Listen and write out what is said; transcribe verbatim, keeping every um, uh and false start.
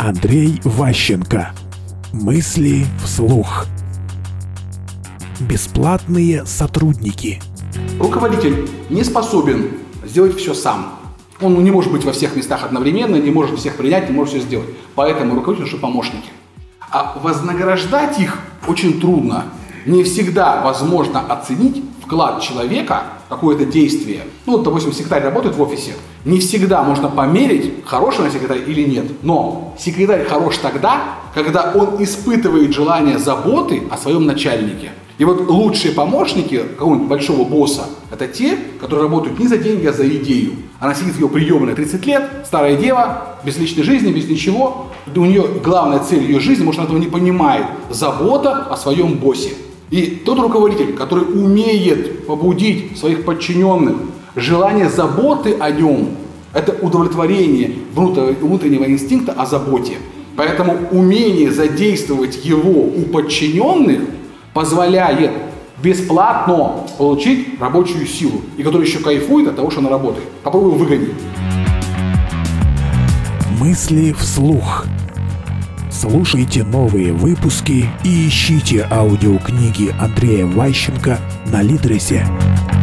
Андрей Ващенко. Мысли вслух. Бесплатные сотрудники. Руководитель не способен сделать все сам. Он не может быть во всех местах одновременно, не может всех принять, не может все сделать. Поэтому руководитель нужны помощники. А вознаграждать их очень трудно. Не всегда возможно оценить вклад человека в какое-то действие. Ну, допустим, секретарь работает в офисе. Не всегда можно померить, хороший он секретарь или нет. Но секретарь хорош тогда, когда он испытывает желание заботы о своем начальнике. И вот лучшие помощники какого-нибудь большого босса – это те, которые работают не за деньги, а за идею. Она сидит в ее приемной тридцать лет, старая дева, без личной жизни, без ничего. У нее главная цель ее жизни, может, она этого не понимает – забота о своем боссе. И тот руководитель, который умеет побудить своих подчиненных желание заботы о нем, это удовлетворение внутреннего инстинкта о заботе. Поэтому умение задействовать его у подчиненных позволяет бесплатно получить рабочую силу, и который еще кайфует от того, что она работает. Попробуй выгонить. Мысли вслух. Слушайте новые выпуски и ищите аудиокниги Андрея Ващенко на Литресе.